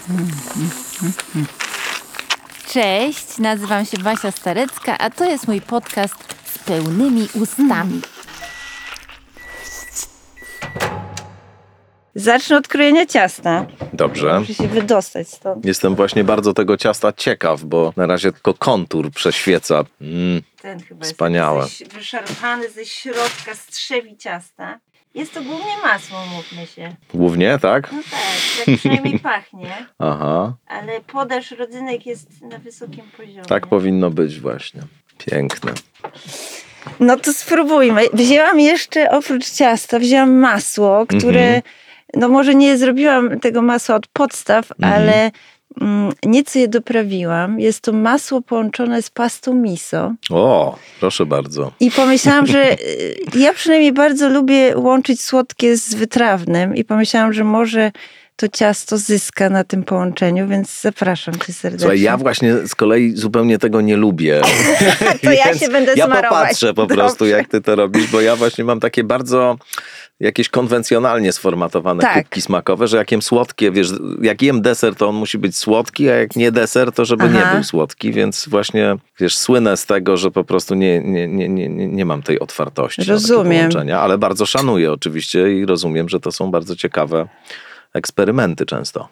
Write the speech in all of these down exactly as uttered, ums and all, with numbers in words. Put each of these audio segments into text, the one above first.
Cześć, nazywam się Basia Starecka, a to jest mój podcast z pełnymi ustami. Zacznę od krojenia ciasta. Dobrze. Muszę się wydostać stąd. Jestem właśnie bardzo tego ciasta ciekaw, bo na razie tylko kontur prześwieca. Mm, Ten chyba wspaniałe. jest ze- wyszarpany ze środka, strzewi ciasta. Jest to głównie masło, mówmy się. Głównie, tak? No tak, tak przynajmniej pachnie, Aha, ale podaż rodzynek jest na wysokim poziomie. tak powinno być właśnie. Piękne. No to spróbujmy. Wzięłam jeszcze oprócz ciasta, wzięłam masło, które, Mhm. no może nie zrobiłam tego masła od podstaw, Mhm. ale mm, nieco je doprawiłam. Jest to masło połączone z pastą miso. O, proszę bardzo. I pomyślałam, że y, ja przynajmniej bardzo lubię łączyć słodkie z wytrawnym i pomyślałam, że może to ciasto zyska na tym połączeniu, więc zapraszam cię serdecznie. Słuchaj, ja właśnie z kolei zupełnie tego nie lubię. To ja Więc się będę ja smarować. popatrzę po prostu, Dobrze. jak ty to robisz, bo ja właśnie mam takie bardzo jakieś konwencjonalnie sformatowane Tak. kubki smakowe, że jak jem słodkie, wiesz, jak jem deser, to on musi być słodki, a jak nie deser, to żeby Aha. nie był słodki, więc właśnie, wiesz, słynę z tego, że po prostu nie, nie, nie, nie, nie nie mam tej otwartości na takie Rozumiem. połączenia, ale bardzo szanuję oczywiście i rozumiem, że to są bardzo ciekawe eksperymenty często.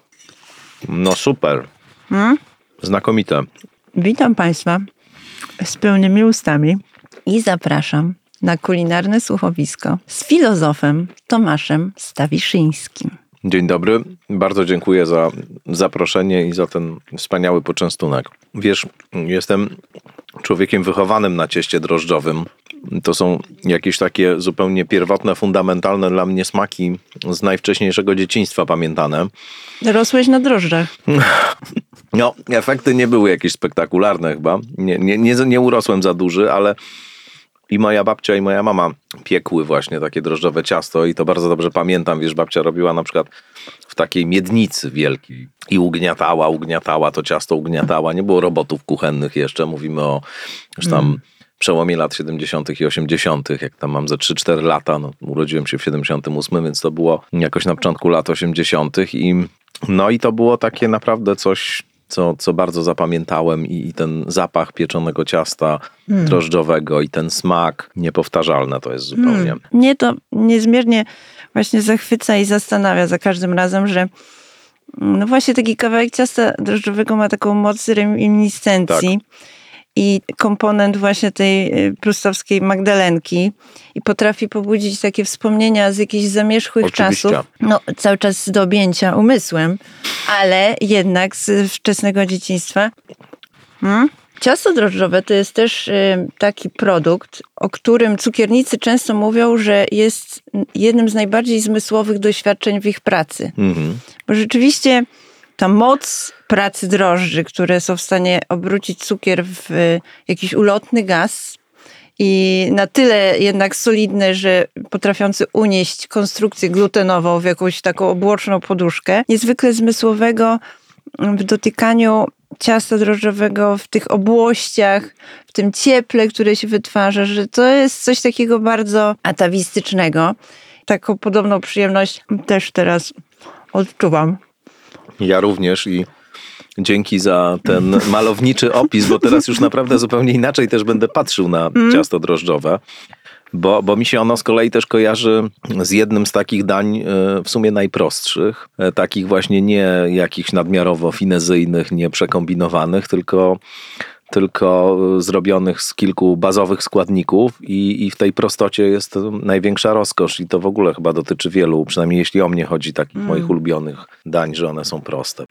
No super. Hmm? Znakomite. Witam Państwa z pełnymi ustami i zapraszam na kulinarne słuchowisko z filozofem Tomaszem Stawiszyńskim. Dzień dobry. Bardzo dziękuję za zaproszenie i za ten wspaniały poczęstunek. Wiesz, jestem człowiekiem wychowanym na cieście drożdżowym. To są jakieś takie zupełnie pierwotne, fundamentalne dla mnie smaki z najwcześniejszego dzieciństwa pamiętane. Rosłeś na drożdżach. No, efekty nie były jakieś spektakularne chyba. Nie, nie, nie, nie urosłem za duży, ale i moja babcia i moja mama piekły właśnie takie drożdżowe ciasto i to bardzo dobrze pamiętam. Wiesz, babcia robiła na przykład w takiej miednicy wielkiej i ugniatała, ugniatała, to ciasto ugniatała. Nie było robotów kuchennych jeszcze. Mówimy o już tam mm. przełomie lat siedemdziesiątych i osiemdziesiątych, jak tam mam ze trzy cztery lata. No, urodziłem się w siedemdziesiątym ósmym, więc to było jakoś na początku lat osiemdziesiątych i no i to było takie naprawdę coś, co, co bardzo zapamiętałem i, i ten zapach pieczonego ciasta mm. drożdżowego i ten smak niepowtarzalne to jest zupełnie. Mm. Mnie to niezmiernie właśnie zachwyca i zastanawia za każdym razem, że no właśnie taki kawałek ciasta drożdżowego ma taką moc reminiscencji. Tak. I komponent właśnie tej prustowskiej Magdalenki i potrafi pobudzić takie wspomnienia z jakichś zamierzchłych Oczywiście. czasów. No cały czas do objęcia umysłem, ale jednak z wczesnego dzieciństwa. Hmm? Ciasto drożdżowe to jest też y, taki produkt, o którym cukiernicy często mówią, że jest jednym z najbardziej zmysłowych doświadczeń w ich pracy. Mhm. Bo rzeczywiście ta moc pracy drożdży, które są w stanie obrócić cukier w jakiś ulotny gaz i na tyle jednak solidny, że potrafiący unieść konstrukcję glutenową w jakąś taką obłoczną poduszkę, niezwykle zmysłowego w dotykaniu ciasta drożdżowego, w tych obłościach, w tym cieple, które się wytwarza, że to jest coś takiego bardzo atawistycznego. Taką podobną przyjemność też teraz odczuwam. Ja również i dzięki za ten malowniczy opis, bo teraz już naprawdę zupełnie inaczej też będę patrzył na ciasto drożdżowe, bo, bo mi się ono z kolei też kojarzy z jednym z takich dań w sumie najprostszych, takich właśnie nie jakichś nadmiarowo finezyjnych, nie przekombinowanych, tylko tylko zrobionych z kilku bazowych składników i, i w tej prostocie jest największa rozkosz i to w ogóle chyba dotyczy wielu, przynajmniej jeśli o mnie chodzi, takich mm. moich ulubionych dań, że one są proste.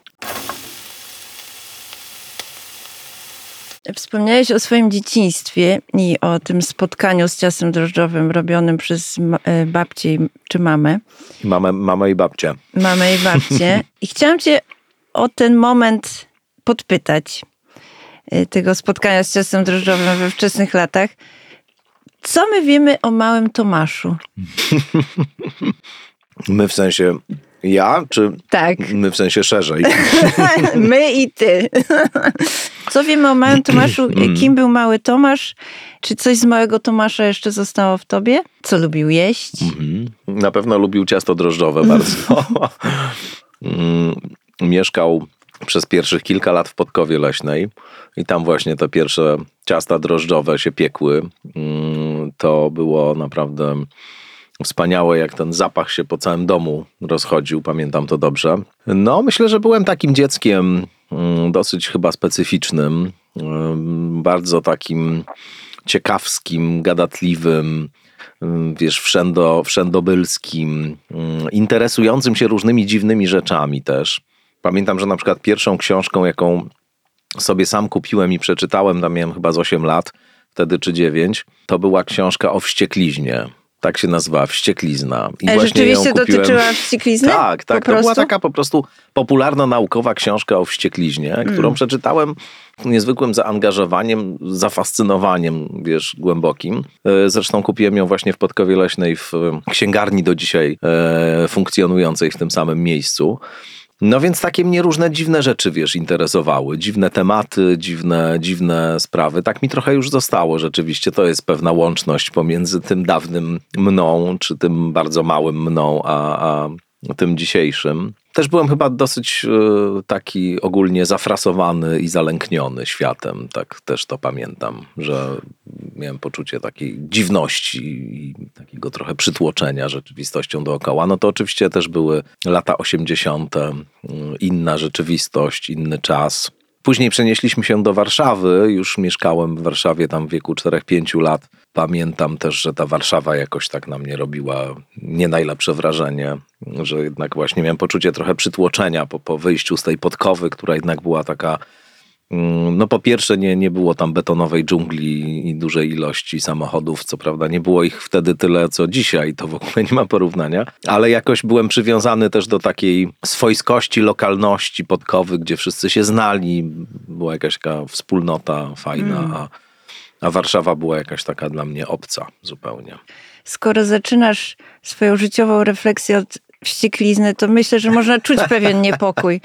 Wspomniałeś o swoim dzieciństwie i o tym spotkaniu z ciastem drożdżowym robionym przez babcię czy mamę. Mamę, mamę i babcię. Mamę i babcię. I chciałam cię o ten moment podpytać. Tego spotkania z ciastem drożdżowym we wczesnych latach. Co my wiemy o małym Tomaszu? My w sensie ja, czy tak. my w sensie szerzej? My i ty. Co wiemy o małym Tomaszu? Kim był mały Tomasz? Czy coś z małego Tomasza jeszcze zostało w tobie? Co lubił jeść? Mm-hmm. Na pewno lubił ciasto drożdżowe bardzo. mieszkał przez pierwszych kilka lat w Podkowie Leśnej i tam właśnie te pierwsze ciasta drożdżowe się piekły. To było naprawdę wspaniałe, jak ten zapach się po całym domu rozchodził, pamiętam to dobrze. No, myślę, że byłem takim dzieckiem dosyć chyba specyficznym, bardzo takim ciekawskim, gadatliwym, wiesz, wszędo, wszędobylskim, interesującym się różnymi dziwnymi rzeczami też. Pamiętam, że na przykład pierwszą książką, jaką sobie sam kupiłem i przeczytałem, tam miałem chyba z osiem lat, wtedy czy dziewięć, to była książka o wściekliznie. Tak się nazywała, Wścieklizna. I A właśnie rzeczywiście ją kupiłem... dotyczyła wścieklizny? Tak, tak. Po To była prostu? taka po prostu popularno-naukowa książka o wściekliznie, mm. którą przeczytałem niezwykłym zaangażowaniem, zafascynowaniem, wiesz, głębokim. Zresztą kupiłem ją właśnie w Podkowie Leśnej w księgarni do dzisiaj e, funkcjonującej w tym samym miejscu. No więc takie mnie różne dziwne rzeczy, wiesz, interesowały. Dziwne tematy, dziwne, dziwne sprawy. Tak mi trochę już zostało rzeczywiście. To jest pewna łączność pomiędzy tym dawnym mną, czy tym bardzo małym mną, a, a tym dzisiejszym. Też byłem chyba dosyć y, taki ogólnie zafrasowany i zalękniony światem. Tak też to pamiętam, że miałem poczucie takiej dziwności i takiego trochę przytłoczenia rzeczywistością dookoła. No to oczywiście też były lata osiemdziesiąte, y, inna rzeczywistość, inny czas. Później przenieśliśmy się do Warszawy, już mieszkałem w Warszawie tam w wieku czterech pięciu lat. Pamiętam też, że ta Warszawa jakoś tak na mnie robiła nie najlepsze wrażenie, że jednak właśnie miałem poczucie trochę przytłoczenia po, po wyjściu z tej Podkowy, która jednak była taka, no po pierwsze nie, nie było tam betonowej dżungli i dużej ilości samochodów, co prawda nie było ich wtedy tyle co dzisiaj, to w ogóle nie ma porównania, ale jakoś byłem przywiązany też do takiej swojskości, lokalności Podkowy, gdzie wszyscy się znali, była jakaś taka wspólnota fajna, mm. a, a Warszawa była jakaś taka dla mnie obca zupełnie. Skoro zaczynasz swoją życiową refleksję od wścieklizny, to myślę, że można czuć pewien niepokój.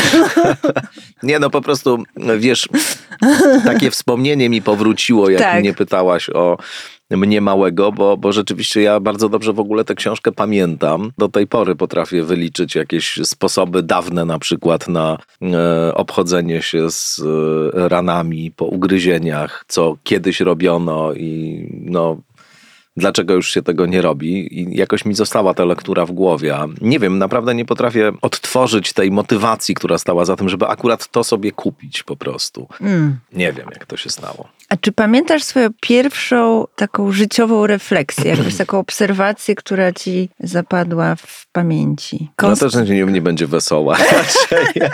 Nie, no po prostu, wiesz, takie wspomnienie mi powróciło, jak tak. mnie pytałaś o mnie małego, bo, bo rzeczywiście ja bardzo dobrze w ogóle tę książkę pamiętam. Do tej pory potrafię wyliczyć jakieś sposoby dawne na przykład na e, obchodzenie się z e, ranami po ugryzieniach, co kiedyś robiono i no... Dlaczego już się tego nie robi? I jakoś mi została ta lektura w głowie. Nie wiem, naprawdę nie potrafię odtworzyć tej motywacji, która stała za tym, żeby akurat to sobie kupić po prostu. Mm. Nie wiem, jak to się stało. A czy pamiętasz swoją pierwszą taką życiową refleksję, jakąś taką obserwację, która ci zapadła w pamięci? Kost... No też nie, nie będzie wesoła. Raczej,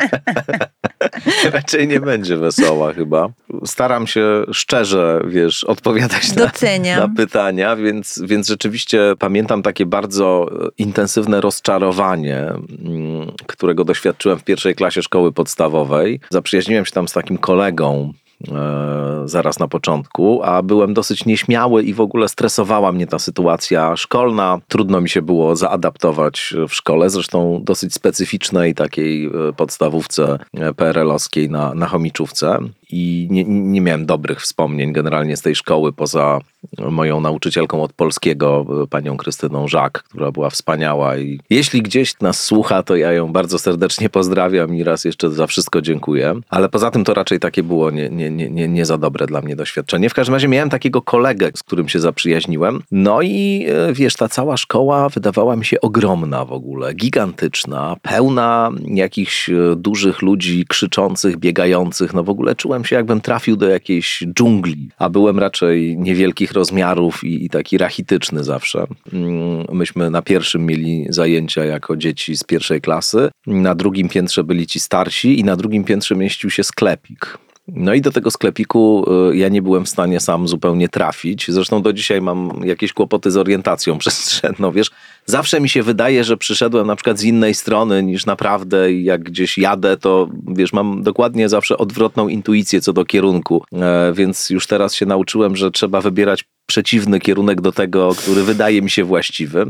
raczej nie będzie wesoła chyba. Staram się szczerze, wiesz, odpowiadać na, na pytania, więc, więc rzeczywiście pamiętam takie bardzo intensywne rozczarowanie, którego doświadczyłem w pierwszej klasie szkoły podstawowej. Zaprzyjaźniłem się tam z takim kolegą, zaraz na początku, a byłem dosyć nieśmiały i w ogóle stresowała mnie ta sytuacja szkolna. Trudno mi się było zaadaptować w szkole, zresztą dosyć specyficznej takiej podstawówce P R L-owskiej na, na Chomiczówce. I nie, nie miałem dobrych wspomnień generalnie z tej szkoły, poza moją nauczycielką od polskiego, panią Krystyną Żak, która była wspaniała i jeśli gdzieś nas słucha, to ja ją bardzo serdecznie pozdrawiam i raz jeszcze za wszystko dziękuję. Ale poza tym to raczej takie było nie, nie, nie, nie, nie za dobre dla mnie doświadczenie. W każdym razie miałem takiego kolegę, z którym się zaprzyjaźniłem. No i wiesz, ta cała szkoła wydawała mi się ogromna w ogóle, gigantyczna, pełna jakichś dużych ludzi krzyczących, biegających. No w ogóle czułem się, jakbym trafił do jakiejś dżungli, a byłem raczej niewielkich rozmiarów i, i taki rachityczny zawsze. Myśmy na pierwszym mieli zajęcia jako dzieci z pierwszej klasy, na drugim piętrze byli ci starsi i na drugim piętrze mieścił się sklepik. No i do tego sklepiku ja nie byłem w stanie sam zupełnie trafić. Zresztą do dzisiaj mam jakieś kłopoty z orientacją przestrzenną, wiesz. Zawsze mi się wydaje, że przyszedłem na przykład z innej strony niż naprawdę i jak gdzieś jadę, to wiesz, mam dokładnie zawsze odwrotną intuicję co do kierunku. E, więc już teraz się nauczyłem, że trzeba wybierać przeciwny kierunek do tego, który wydaje mi się właściwy.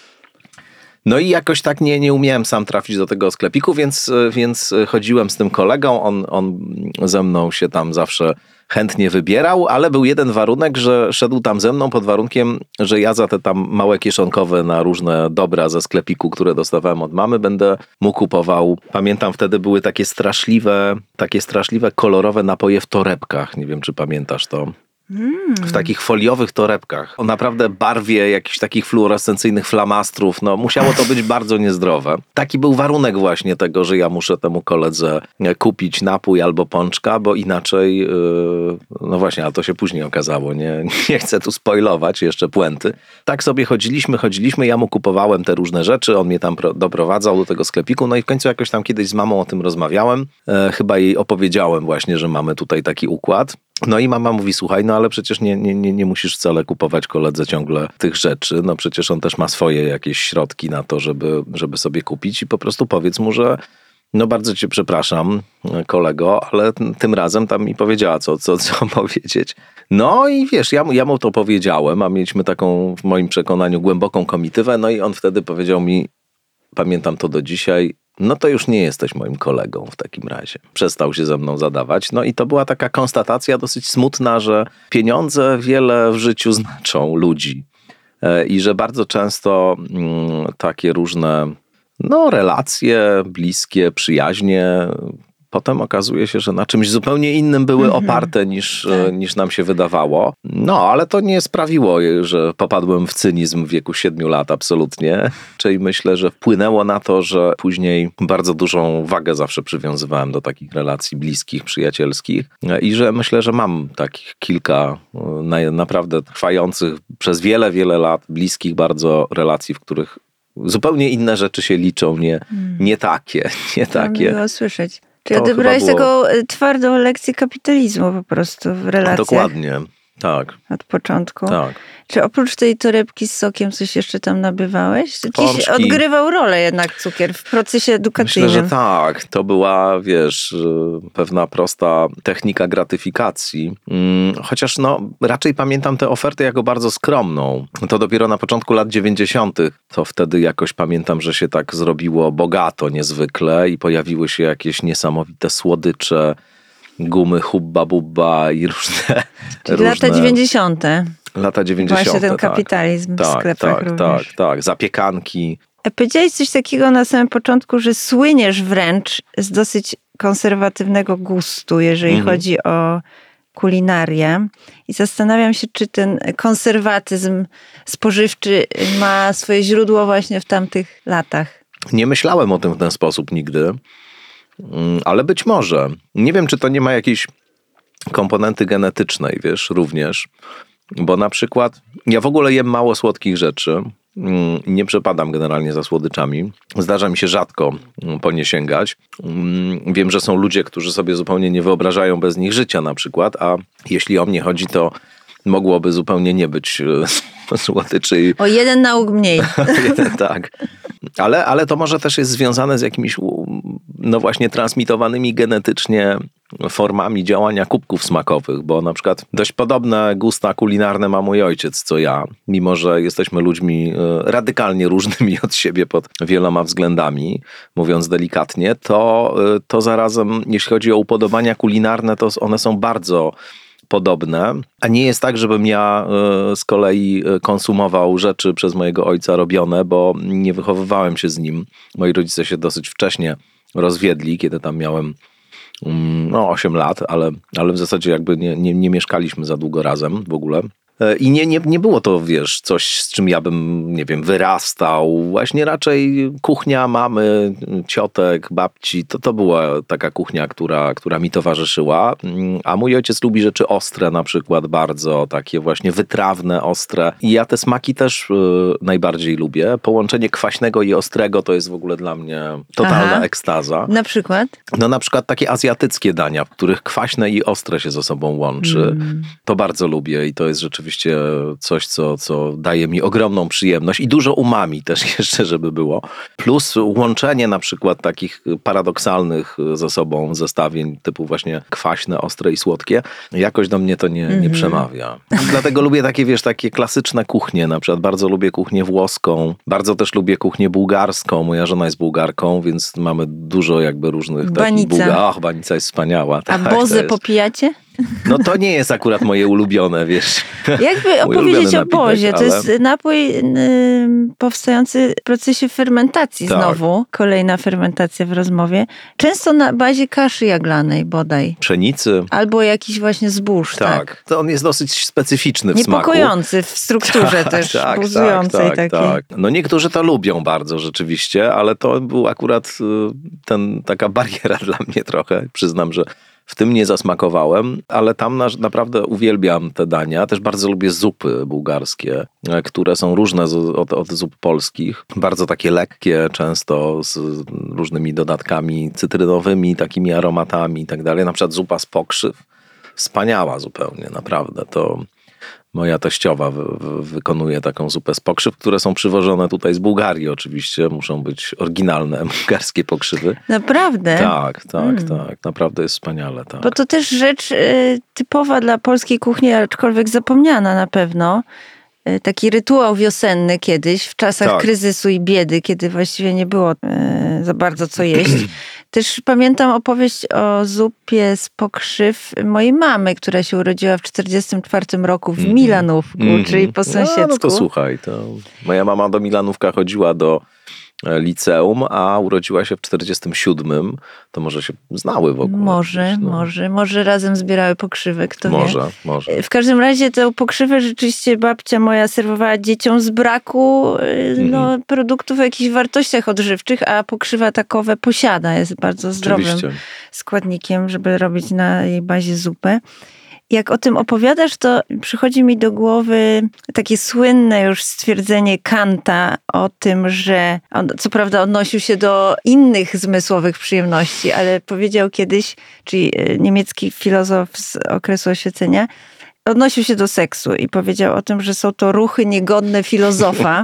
No i jakoś tak nie, nie umiałem sam trafić do tego sklepiku, więc, więc chodziłem z tym kolegą, on, on ze mną się tam zawsze chętnie wybierał, ale był jeden warunek, że szedł tam ze mną pod warunkiem, że ja za te tam małe kieszonkowe na różne dobra ze sklepiku, które dostawałem od mamy, będę mu kupował. Pamiętam, wtedy były takie straszliwe, takie straszliwe kolorowe napoje w torebkach. Nie wiem, czy pamiętasz to. W takich foliowych torebkach. O naprawdę barwie jakichś takich fluorescencyjnych flamastrów. No musiało to być bardzo niezdrowe. Taki był warunek właśnie tego, że ja muszę temu koledze kupić napój albo pączka, bo inaczej, yy, no właśnie, ale to się później okazało. Nie, nie chcę tu spoilować jeszcze puenty. Tak sobie chodziliśmy, chodziliśmy, ja mu kupowałem te różne rzeczy, on mnie tam pro, doprowadzał do tego sklepiku, no i w końcu jakoś tam kiedyś z mamą o tym rozmawiałem. E, chyba jej opowiedziałem właśnie, że mamy tutaj taki układ. No i mama mówi, słuchaj, no ale przecież nie, nie, nie, nie musisz wcale kupować koledze ciągle tych rzeczy, no przecież on też ma swoje jakieś środki na to, żeby, żeby sobie kupić i po prostu powiedz mu, że no bardzo cię przepraszam, kolego, ale tym razem tam mi powiedziała, co, co, co powiedzieć. No i wiesz, ja, ja mu to powiedziałem, a mieliśmy taką w moim przekonaniu głęboką komitywę, no i on wtedy powiedział mi, pamiętam to do dzisiaj, no to już nie jesteś moim kolegą w takim razie. Przestał się ze mną zadawać. No i to była taka konstatacja dosyć smutna, że pieniądze wiele w życiu znaczą ludzi. I że bardzo często mm, takie różne no, relacje bliskie, przyjaźnie potem okazuje się, że na czymś zupełnie innym były mhm. oparte niż, tak. niż nam się wydawało. No, ale to nie sprawiło, że popadłem w cynizm w wieku siedmiu lat, absolutnie. Czyli myślę, że wpłynęło na to, że później bardzo dużą wagę zawsze przywiązywałem do takich relacji bliskich, przyjacielskich i że myślę, że mam takich kilka naprawdę trwających przez wiele, wiele lat bliskich bardzo relacji, w których zupełnie inne rzeczy się liczą, nie, hmm. nie takie, nie takie. To miło słyszeć. Czy odebrałeś było... taką twardą lekcję kapitalizmu po prostu w relacjach? Dokładnie, tak. Od początku? Tak. Czy oprócz tej torebki z sokiem coś jeszcze tam nabywałeś? Czy Pączki. Dziś odgrywał rolę jednak cukier w procesie edukacyjnym? Myślę, że tak. To była, wiesz, pewna prosta technika gratyfikacji. Chociaż no, raczej pamiętam tę ofertę jako bardzo skromną. To dopiero na początku lat dziewięćdziesiątych. To wtedy jakoś pamiętam, że się tak zrobiło bogato niezwykle i pojawiły się jakieś niesamowite słodycze, gumy Hubba Bubba i różne... Czyli różne... lata dziewięćdziesiąte. Lata dziewięćdziesiąte, Właśnie ten tak. kapitalizm tak, w sklepach tak, również. Tak, tak, zapiekanki. A powiedziałeś coś takiego na samym początku, że słyniesz wręcz z dosyć konserwatywnego gustu, jeżeli mhm. chodzi o kulinarię. I zastanawiam się, czy ten konserwatyzm spożywczy ma swoje źródło właśnie w tamtych latach. Nie myślałem o tym w ten sposób nigdy, ale być może. Nie wiem, czy to nie ma jakiejś komponenty genetycznej, wiesz, również. Bo na przykład ja w ogóle jem mało słodkich rzeczy. Nie przepadam generalnie za słodyczami. Zdarza mi się rzadko po nie sięgać. Wiem, że są ludzie, którzy sobie zupełnie nie wyobrażają bez nich życia na przykład, a jeśli o mnie chodzi, to mogłoby zupełnie nie być słodyczy. O jeden nauk mniej. jeden, tak. Ale, ale to może też jest związane z jakimiś no właśnie transmitowanymi genetycznie formami działania kubków smakowych, bo na przykład dość podobne gusta kulinarne ma mój ojciec, co ja, mimo że jesteśmy ludźmi radykalnie różnymi od siebie pod wieloma względami, mówiąc delikatnie, to, to zarazem, jeśli chodzi o upodobania kulinarne, to one są bardzo podobne, a nie jest tak, żebym ja z kolei konsumował rzeczy przez mojego ojca robione, bo nie wychowywałem się z nim. Moi rodzice się dosyć wcześnie rozwiedli, kiedy tam miałem no, osiem lat, ale, ale w zasadzie jakby nie, nie, nie mieszkaliśmy za długo razem w ogóle. I nie, nie, nie było to, wiesz, coś, z czym ja bym, nie wiem, wyrastał. Właśnie raczej kuchnia mamy, ciotek, babci, to, to była taka kuchnia, która, która mi towarzyszyła. A mój ojciec lubi rzeczy ostre na przykład bardzo, takie właśnie wytrawne, ostre. I ja te smaki też y, najbardziej lubię. Połączenie kwaśnego i ostrego to jest w ogóle dla mnie totalna Aha. ekstaza. Na przykład? No na przykład takie azjatyckie dania, w których kwaśne i ostre się ze sobą łączy. Mm. To bardzo lubię i to jest rzeczywiście Oczywiście coś, co, co daje mi ogromną przyjemność i dużo umami też jeszcze, żeby było. Plus łączenie na przykład takich paradoksalnych ze sobą zestawień typu właśnie kwaśne, ostre i słodkie. Jakoś do mnie to nie, nie mm-hmm. przemawia. Dlatego lubię takie, wiesz, takie klasyczne kuchnie. Na przykład bardzo lubię kuchnię włoską. Bardzo też lubię kuchnię bułgarską. Moja żona jest Bułgarką, więc mamy dużo jakby różnych banica. takich bułgar. Ach, banica jest wspaniała. A tak, bozę jest... popijacie? No to nie jest akurat moje ulubione, wiesz. Jakby Mój opowiedzieć ulubiony o bozie, napitek, to ale- jest napój y, powstający w procesie fermentacji Tak. znowu. Kolejna fermentacja w rozmowie. Często na bazie kaszy jaglanej bodaj. Pszenicy. Albo jakiś właśnie zbóż, tak. Tak. To on jest dosyć specyficzny w smaku. Niepokojący w strukturze też, tak, buzującej tak, takiej. tak. No niektórzy to lubią bardzo rzeczywiście, ale to był akurat y, ten, taka bariera dla mnie trochę. Przyznam, że w tym nie zasmakowałem, ale tam na, naprawdę uwielbiam te dania. Też bardzo lubię zupy bułgarskie, e, które są różne z, od, od zup polskich. Bardzo takie lekkie, często z różnymi dodatkami cytrynowymi, takimi aromatami i tak dalej. Na przykład zupa z pokrzyw. Wspaniała zupełnie, naprawdę. To moja teściowa wy, wy, wykonuje taką zupę z pokrzyw, które są przywożone tutaj z Bułgarii oczywiście. Muszą być oryginalne bułgarskie pokrzywy. Naprawdę? Tak, tak, tak. Naprawdę jest wspaniale. Tak. Bo to też rzecz y, typowa dla polskiej kuchni, aczkolwiek zapomniana na pewno. Y, taki rytuał wiosenny kiedyś, w czasach Tak. kryzysu i biedy, kiedy właściwie nie było y, za bardzo co jeść. Też pamiętam opowieść o zupie z pokrzyw mojej mamy, która się urodziła w czterdziestym czwartym roku w Milanówku, Mhm. czyli po sąsiedzku. No, no to słuchaj, to moja mama do Milanówka chodziła do e, liceum, a urodziła się w czterdziestym siódmym. To może się znały w ogóle. Może, wiesz, no. może, może razem zbierały pokrzywy, kto wie. Może, może. W każdym razie tę pokrzywę rzeczywiście babcia moja serwowała dzieciom z braku y, no, Mhm. produktów o jakichś wartościach odżywczych, a pokrzywa takowe posiada. Jest bardzo zdrowym Oczywiście. składnikiem, żeby robić na jej bazie zupę. Jak o tym opowiadasz, to przychodzi mi do głowy takie słynne już stwierdzenie Kanta o tym, że on co prawda odnosił się do innych zmysłowych przyjemności, ale powiedział kiedyś, czyli niemiecki filozof z okresu oświecenia, odnosił się do seksu i powiedział o tym, że są to ruchy niegodne filozofa.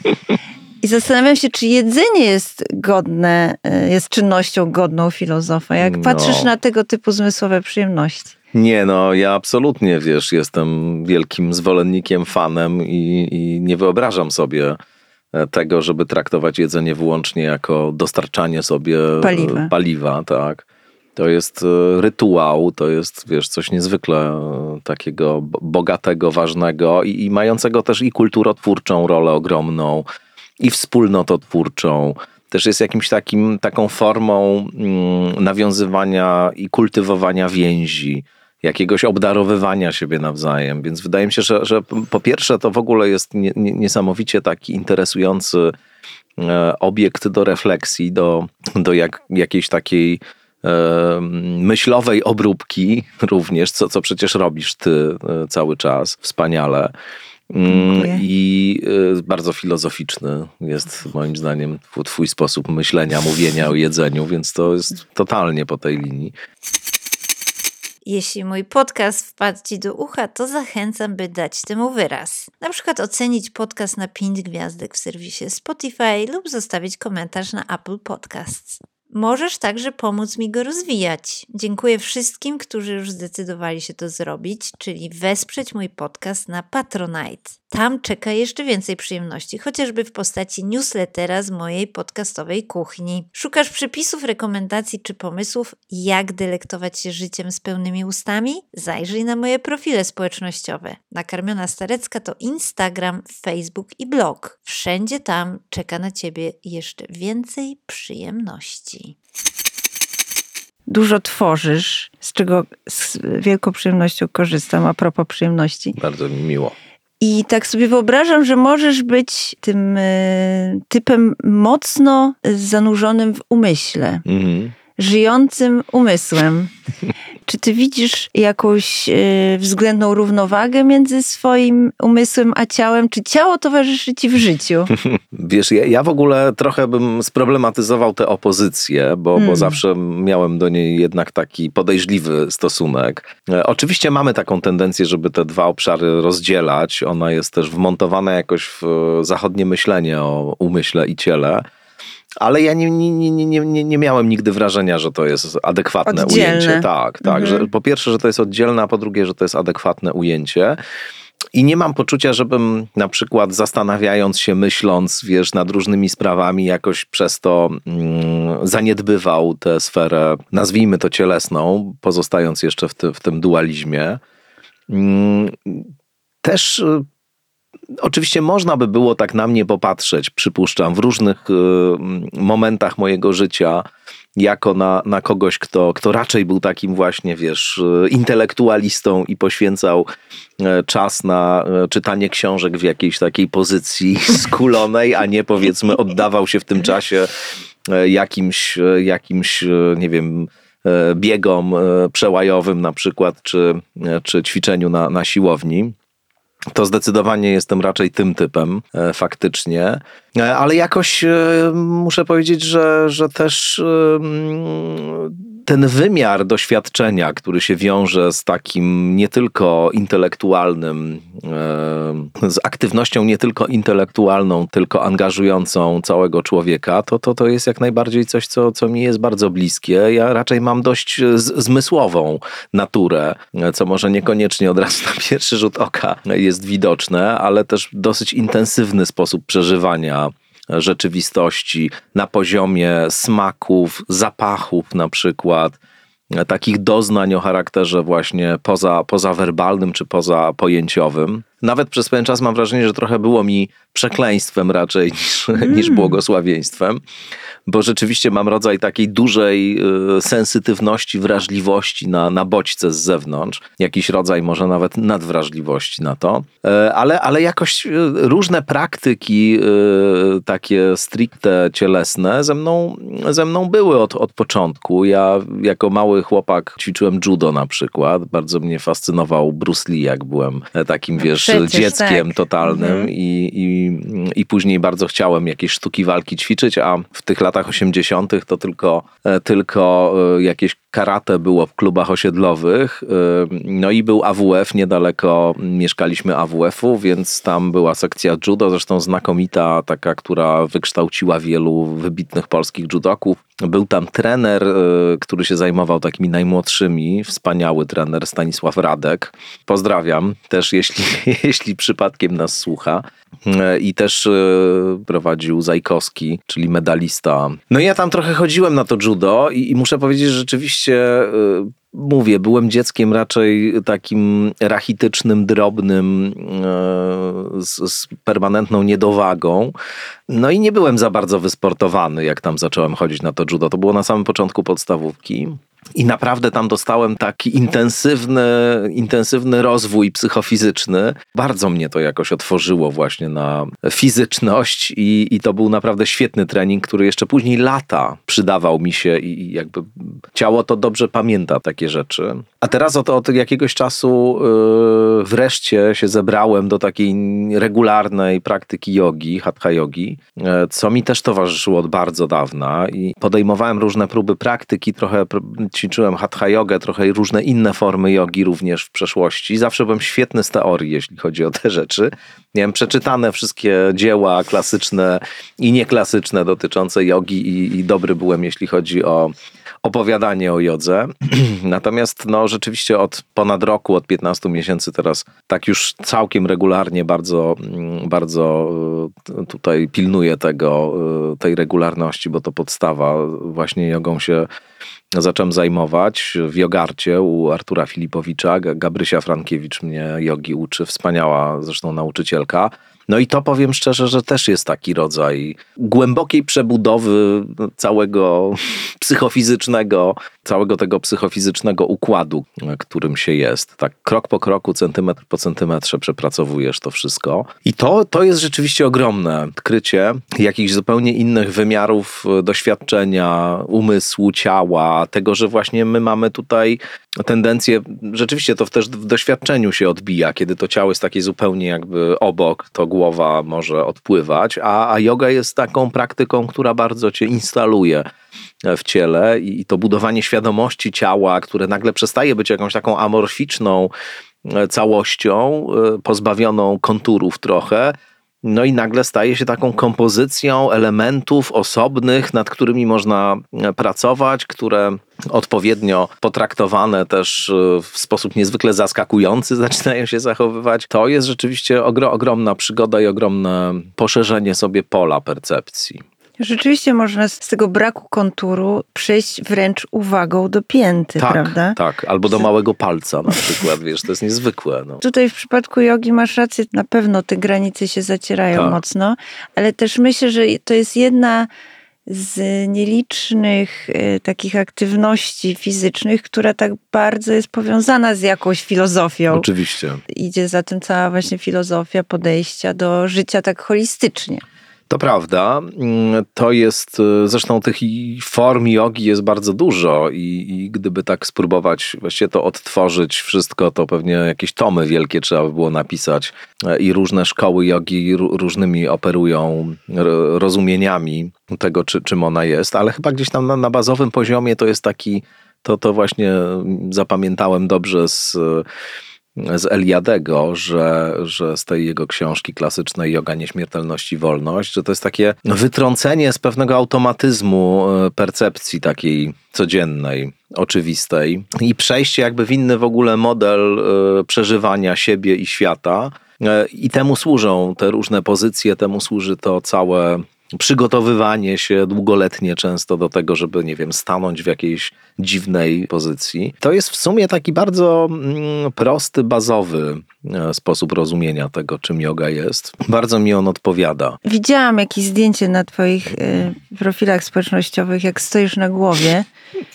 I zastanawiam się, czy jedzenie jest godne, jest czynnością godną filozofa. Jak No. patrzysz na tego typu zmysłowe przyjemności? Nie, no ja absolutnie, wiesz, jestem wielkim zwolennikiem, fanem i, i nie wyobrażam sobie tego, żeby traktować jedzenie wyłącznie jako dostarczanie sobie Paliwa. paliwa, tak. To jest e, rytuał, to jest, wiesz, coś niezwykle e, takiego bo- bogatego, ważnego i, i mającego też i kulturotwórczą rolę ogromną, i wspólnototwórczą. Też jest jakimś takim, taką formą mm, nawiązywania i kultywowania więzi, jakiegoś obdarowywania siebie nawzajem. Więc wydaje mi się, że, że po pierwsze to w ogóle jest nie, nie, niesamowicie taki interesujący e, obiekt do refleksji, do, do jak, jakiejś takiej e, myślowej obróbki również, co, co przecież robisz ty e, cały czas wspaniale. Mm, Dziękuję. I y, bardzo filozoficzny jest moim zdaniem twój, twój sposób myślenia, mówienia o jedzeniu, więc to jest totalnie po tej linii. Jeśli mój podcast wpadł Ci do ucha, to zachęcam, by dać temu wyraz. Na przykład ocenić podcast na pięć gwiazdek w serwisie Spotify lub zostawić komentarz na Apple Podcasts. Możesz także pomóc mi go rozwijać. Dziękuję wszystkim, którzy już zdecydowali się to zrobić, czyli wesprzeć mój podcast na Patronite. Tam czeka jeszcze więcej przyjemności, chociażby w postaci newslettera z mojej podcastowej kuchni. Szukasz przepisów, rekomendacji czy pomysłów, jak delektować się życiem z pełnymi ustami? Zajrzyj na moje profile społecznościowe. Nakarmiona Starecka to Instagram, Facebook i blog. Wszędzie tam czeka na Ciebie jeszcze więcej przyjemności. Dużo tworzysz, z czego z wielką przyjemnością korzystam, a propos przyjemności. Bardzo mi miło. I tak sobie wyobrażam, że możesz być tym y, typem mocno zanurzonym w umyśle, Mhm. żyjącym umysłem. Czy ty widzisz jakąś y, względną równowagę między swoim umysłem a ciałem? Czy ciało towarzyszy ci w życiu? Wiesz, ja, ja w ogóle trochę bym sproblematyzował tę opozycję, bo, Mm. bo zawsze miałem do niej jednak taki podejrzliwy stosunek. E, oczywiście mamy taką tendencję, żeby te dwa obszary rozdzielać. Ona jest też wmontowana jakoś w e, zachodnie myślenie o umyśle i ciele. Ale ja nie, nie, nie, nie, nie, nie miałem nigdy wrażenia, że to jest adekwatne Oddzielne. ujęcie. Tak, tak. Mhm. Że po pierwsze, że to jest oddzielne, a po drugie, że to jest adekwatne ujęcie. I nie mam poczucia, żebym na przykład zastanawiając się, myśląc, wiesz, nad różnymi sprawami, jakoś przez to mm, zaniedbywał tę sferę, nazwijmy to cielesną, pozostając jeszcze w, ty, w tym dualizmie. Mm, też y, oczywiście można by było tak na mnie popatrzeć, przypuszczam, w różnych y, momentach mojego życia, jako na, na kogoś, kto, kto raczej był takim właśnie, wiesz, intelektualistą i poświęcał czas na czytanie książek w jakiejś takiej pozycji skulonej, a nie, powiedzmy, oddawał się w tym czasie jakimś, jakimś nie wiem, biegom przełajowym na przykład, czy, czy ćwiczeniu na, na siłowni. To zdecydowanie jestem raczej tym typem, e, faktycznie. E, ale jakoś e, muszę powiedzieć, że, że też e, ten wymiar doświadczenia, który się wiąże z takim nie tylko intelektualnym, e, z aktywnością nie tylko intelektualną, tylko angażującą całego człowieka, to, to, to jest jak najbardziej coś, co, co mi jest bardzo bliskie. Ja raczej mam dość z, zmysłową naturę, co może niekoniecznie od razu na pierwszy rzut oka jest widoczne, ale też dosyć intensywny sposób przeżywania rzeczywistości na poziomie smaków, zapachów na przykład, takich doznań o charakterze właśnie poza, pozawerbalnym czy pozapojęciowym. Nawet przez pewien czas mam wrażenie, że trochę było mi przekleństwem raczej niż, mm. niż błogosławieństwem, bo rzeczywiście mam rodzaj takiej dużej y, sensytywności, wrażliwości na, na bodźce z zewnątrz. Jakiś rodzaj może nawet nadwrażliwości na to. Y, ale, ale jakoś y, różne praktyki y, takie stricte cielesne ze mną, ze mną były od, od początku. Ja jako mały chłopak ćwiczyłem judo na przykład. Bardzo mnie fascynował Bruce Lee, jak byłem takim, wiesz, Przecież dzieckiem tak. totalnym mhm. i, i, i później bardzo chciałem jakieś sztuki walki ćwiczyć, a w tych latach osiemdziesiątych to tylko, tylko jakieś karate było w klubach osiedlowych. No i był A W F, niedaleko mieszkaliśmy A W F-u, więc tam była sekcja judo, zresztą znakomita, taka, która wykształciła wielu wybitnych polskich judoków. Był tam trener, który się zajmował takimi najmłodszymi, wspaniały trener Stanisław Radek. Pozdrawiam też, jeśli, jeśli przypadkiem nas słucha. I też prowadził Zajkowski, czyli medalista. No i ja tam trochę chodziłem na to judo i, i muszę powiedzieć, że rzeczywiście mówię, byłem dzieckiem raczej takim rachitycznym, drobnym, z, z permanentną niedowagą. No i nie byłem za bardzo wysportowany, jak tam zacząłem chodzić na to judo. To było na samym początku podstawówki. I naprawdę tam dostałem taki intensywny, intensywny rozwój psychofizyczny. Bardzo mnie to jakoś otworzyło właśnie na fizyczność i, i to był naprawdę świetny trening, który jeszcze później lata przydawał mi się i jakby ciało to dobrze pamięta takie rzeczy. A teraz od, od jakiegoś czasu yy, wreszcie się zebrałem do takiej regularnej praktyki jogi, hatha jogi, yy, co mi też towarzyszyło od bardzo dawna i podejmowałem różne próby praktyki, trochę ćwiczyłem hatha jogę, trochę różne inne formy jogi również w przeszłości. Zawsze byłem świetny z teorii, jeśli chodzi o te rzeczy. Miałem przeczytane wszystkie dzieła klasyczne i nieklasyczne dotyczące jogi i, i dobry byłem, jeśli chodzi o opowiadanie o jodze. Natomiast no rzeczywiście od ponad roku, od piętnastu miesięcy teraz tak już całkiem regularnie bardzo, bardzo tutaj pilnuję tego, tej regularności, bo to podstawa. Właśnie jogą się zacząłem zajmować w Jogarcie u Artura Filipowicza. Gabrysia Frankiewicz mnie jogi uczy, wspaniała zresztą nauczycielka. No i to powiem szczerze, że też jest taki rodzaj głębokiej przebudowy całego psychofizycznego, całego tego psychofizycznego układu, którym się jest. Tak krok po kroku, centymetr po centymetrze przepracowujesz to wszystko. I to, to jest rzeczywiście ogromne odkrycie jakichś zupełnie innych wymiarów doświadczenia, umysłu, ciała, tego, że właśnie my mamy tutaj tendencję, rzeczywiście to też w doświadczeniu się odbija, kiedy to ciało jest takie zupełnie jakby obok, to głowa może odpływać, a, a yoga jest taką praktyką, która bardzo cię instaluje w ciele i to budowanie świadomości ciała, które nagle przestaje być jakąś taką amorficzną całością, pozbawioną konturów trochę, no i nagle staje się taką kompozycją elementów osobnych, nad którymi można pracować, które odpowiednio potraktowane też w sposób niezwykle zaskakujący zaczynają się zachowywać. To jest rzeczywiście ogro- ogromna przygoda i ogromne poszerzenie sobie pola percepcji. Rzeczywiście można z tego braku konturu przejść wręcz uwagą do pięty, tak, prawda? Tak, albo do małego palca na przykład, wiesz, to jest niezwykłe. No. Tutaj w przypadku jogi masz rację, na pewno te granice się zacierają tak. mocno, ale też myślę, że to jest jedna z nielicznych y, takich aktywności fizycznych, która tak bardzo jest powiązana z jakąś filozofią. Oczywiście. Idzie za tym cała właśnie filozofia podejścia do życia tak holistycznie. To prawda. To jest, zresztą tych form jogi jest bardzo dużo i, i gdyby tak spróbować właściwie to odtworzyć wszystko, to pewnie jakieś tomy wielkie trzeba by było napisać i różne szkoły jogi różnymi operują rozumieniami tego, czy, czym ona jest, ale chyba gdzieś tam na, na bazowym poziomie to jest taki, to, to właśnie zapamiętałem dobrze z z Eliadego, że, że z tej jego książki klasycznej Joga Nieśmiertelności Wolność, że to jest takie wytrącenie z pewnego automatyzmu percepcji takiej codziennej, oczywistej i przejście jakby w inny w ogóle model przeżywania siebie i świata. I temu służą te różne pozycje, temu służy to całe przygotowywanie się długoletnie często do tego, żeby, nie wiem, stanąć w jakiejś dziwnej pozycji. To jest w sumie taki bardzo mm, prosty, bazowy e, sposób rozumienia tego, czym joga jest. Bardzo mi on odpowiada. Widziałam jakieś zdjęcie na twoich y, profilach społecznościowych, jak stoisz na głowie.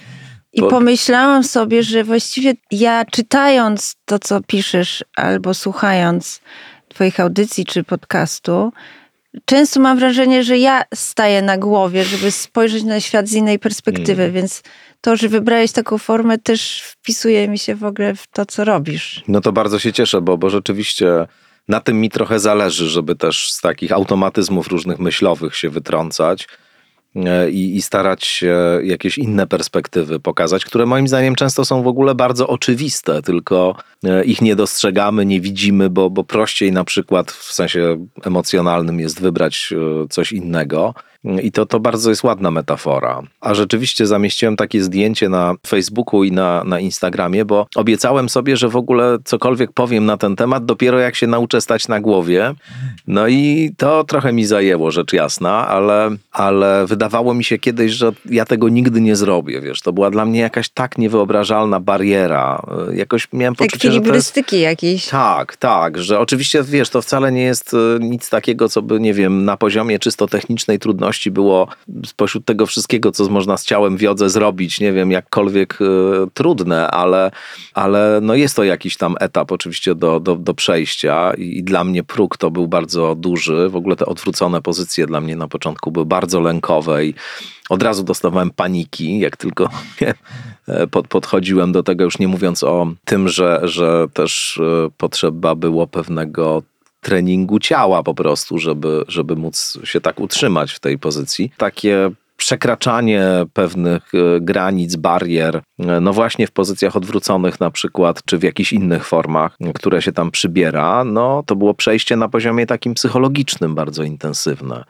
I Bo... pomyślałam sobie, że właściwie ja czytając to, co piszesz, albo słuchając twoich audycji czy podcastu, często mam wrażenie, że ja staję na głowie, żeby spojrzeć na świat z innej perspektywy, mm. więc to, że wybrałeś taką formę, też wpisuje mi się w ogóle w to, co robisz. No to bardzo się cieszę, bo, bo rzeczywiście na tym mi trochę zależy, żeby też z takich automatyzmów różnych myślowych się wytrącać i, i starać się jakieś inne perspektywy pokazać, które moim zdaniem często są w ogóle bardzo oczywiste, tylko ich nie dostrzegamy, nie widzimy, bo, bo prościej na przykład w sensie emocjonalnym jest wybrać coś innego. I to, to bardzo jest ładna metafora. A rzeczywiście zamieściłem takie zdjęcie na Facebooku i na, na Instagramie, bo obiecałem sobie, że w ogóle cokolwiek powiem na ten temat, dopiero jak się nauczę stać na głowie. No i to trochę mi zajęło, rzecz jasna, ale, ale wydawało mi się kiedyś, że ja tego nigdy nie zrobię, wiesz. To była dla mnie jakaś tak niewyobrażalna bariera. Jakoś miałem poczucie, że to jest... jakiejś. Tak, tak, że oczywiście, wiesz, to wcale nie jest nic takiego, co by, nie wiem, na poziomie czysto technicznej trudności było spośród tego wszystkiego, co można z ciałem w jodze zrobić, nie wiem, jakkolwiek y, trudne, ale, ale no jest to jakiś tam etap oczywiście do, do, do przejścia i, i dla mnie próg to był bardzo duży. W ogóle te odwrócone pozycje dla mnie na początku były bardzo lękowe i od razu dostawałem paniki, jak tylko pod, podchodziłem do tego, już nie mówiąc o tym, że, że też potrzeba było pewnego treningu ciała po prostu, żeby, żeby móc się tak utrzymać w tej pozycji. Takie przekraczanie pewnych granic, barier, no właśnie w pozycjach odwróconych na przykład, czy w jakichś innych formach, które się tam przybiera, no to było przejście na poziomie takim psychologicznym bardzo intensywne.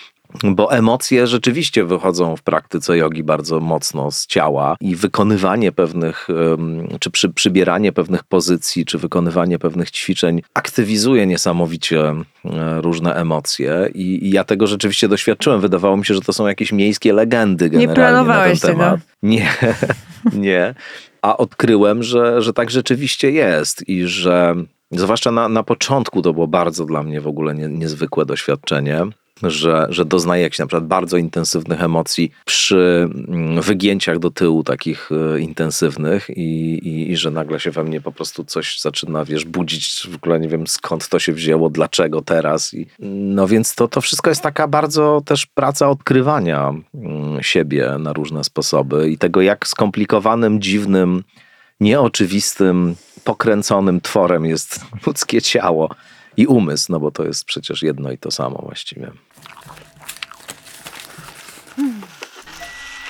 Bo emocje rzeczywiście wychodzą w praktyce jogi bardzo mocno z ciała i wykonywanie pewnych, czy przy, przybieranie pewnych pozycji, czy wykonywanie pewnych ćwiczeń aktywizuje niesamowicie różne emocje i, i ja tego rzeczywiście doświadczyłem. Wydawało mi się, że to są jakieś miejskie legendy generalnie nie planowałeś na ten temat. Tego. Nie, nie. A odkryłem, że, że tak rzeczywiście jest i że zwłaszcza na, na początku to było bardzo dla mnie w ogóle nie, niezwykłe doświadczenie. Że, że doznaję jakichś na przykład bardzo intensywnych emocji przy wygięciach do tyłu takich intensywnych i, i, i że nagle się we mnie po prostu coś zaczyna, wiesz, budzić, w ogóle nie wiem skąd to się wzięło, dlaczego teraz. I, no więc to, to wszystko jest taka bardzo też praca odkrywania siebie na różne sposoby i tego, jak skomplikowanym, dziwnym, nieoczywistym, pokręconym tworem jest ludzkie ciało. I umysł, no bo to jest przecież jedno i to samo właściwie.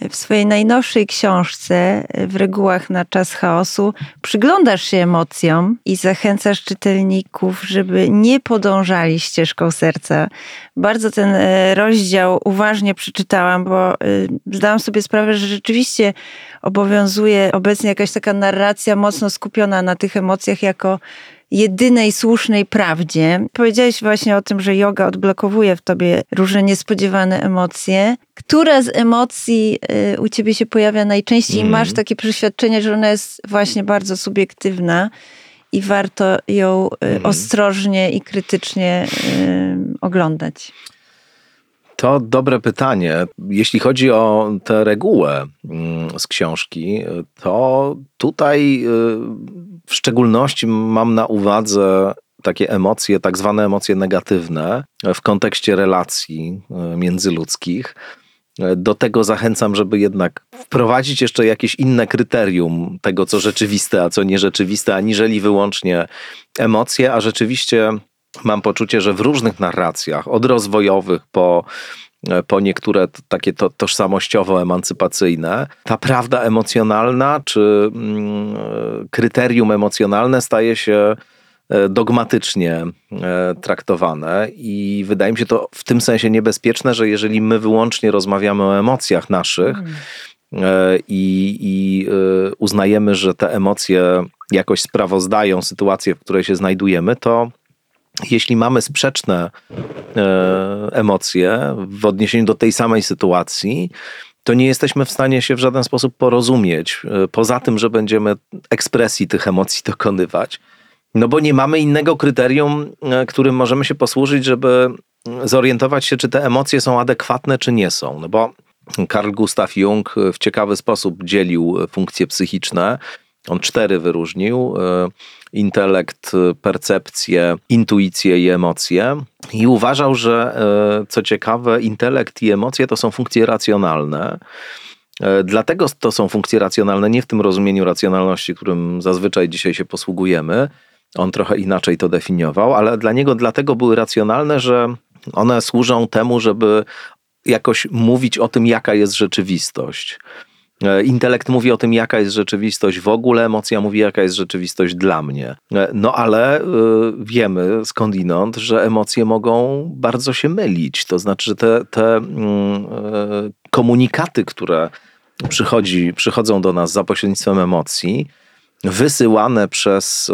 w swojej najnowszej książce W regułach na czas chaosu przyglądasz się emocjom i zachęcasz czytelników, żeby nie podążali ścieżką serca. Bardzo ten rozdział uważnie przeczytałam, bo zdałam sobie sprawę, że rzeczywiście obowiązuje obecnie jakaś taka narracja mocno skupiona na tych emocjach jako jedynej słusznej prawdzie. Powiedziałeś właśnie o tym, że joga odblokowuje w tobie różne niespodziewane emocje. Która z emocji y, u ciebie się pojawia najczęściej mm. i masz takie przeświadczenie, że ona jest właśnie bardzo subiektywna i warto ją y, mm. ostrożnie i krytycznie y, oglądać? To dobre pytanie. Jeśli chodzi o tę regułę z książki, to tutaj w szczególności mam na uwadze takie emocje, tak zwane emocje negatywne w kontekście relacji międzyludzkich. Do tego zachęcam, żeby jednak wprowadzić jeszcze jakieś inne kryterium tego, co rzeczywiste, a co nierzeczywiste, aniżeli wyłącznie emocje, a rzeczywiście mam poczucie, że w różnych narracjach, od rozwojowych po, po niektóre takie to, tożsamościowo-emancypacyjne, ta prawda emocjonalna czy mm, kryterium emocjonalne staje się dogmatycznie traktowane i wydaje mi się to w tym sensie niebezpieczne, że jeżeli my wyłącznie rozmawiamy o emocjach naszych mm. i, i uznajemy, że te emocje jakoś sprawozdają sytuację, w której się znajdujemy, to jeśli mamy sprzeczne emocje w odniesieniu do tej samej sytuacji, to nie jesteśmy w stanie się w żaden sposób porozumieć, poza tym, że będziemy ekspresji tych emocji dokonywać. No bo nie mamy innego kryterium, którym możemy się posłużyć, żeby zorientować się, czy te emocje są adekwatne, czy nie są. No bo Carl Gustav Jung w ciekawy sposób dzielił funkcje psychiczne. On cztery wyróżnił. Intelekt, percepcję, intuicję i emocje. I uważał, że co ciekawe, intelekt i emocje to są funkcje racjonalne. Dlatego to są funkcje racjonalne, nie w tym rozumieniu racjonalności, którym zazwyczaj dzisiaj się posługujemy. On trochę inaczej to definiował, ale dla niego dlatego były racjonalne, że one służą temu, żeby jakoś mówić o tym, jaka jest rzeczywistość. Intelekt mówi o tym, jaka jest rzeczywistość w ogóle, emocja mówi, jaka jest rzeczywistość dla mnie. No ale y, wiemy skądinąd, że emocje mogą bardzo się mylić. To znaczy, że te, te y, komunikaty, które przychodzi, przychodzą do nas za pośrednictwem emocji, wysyłane przez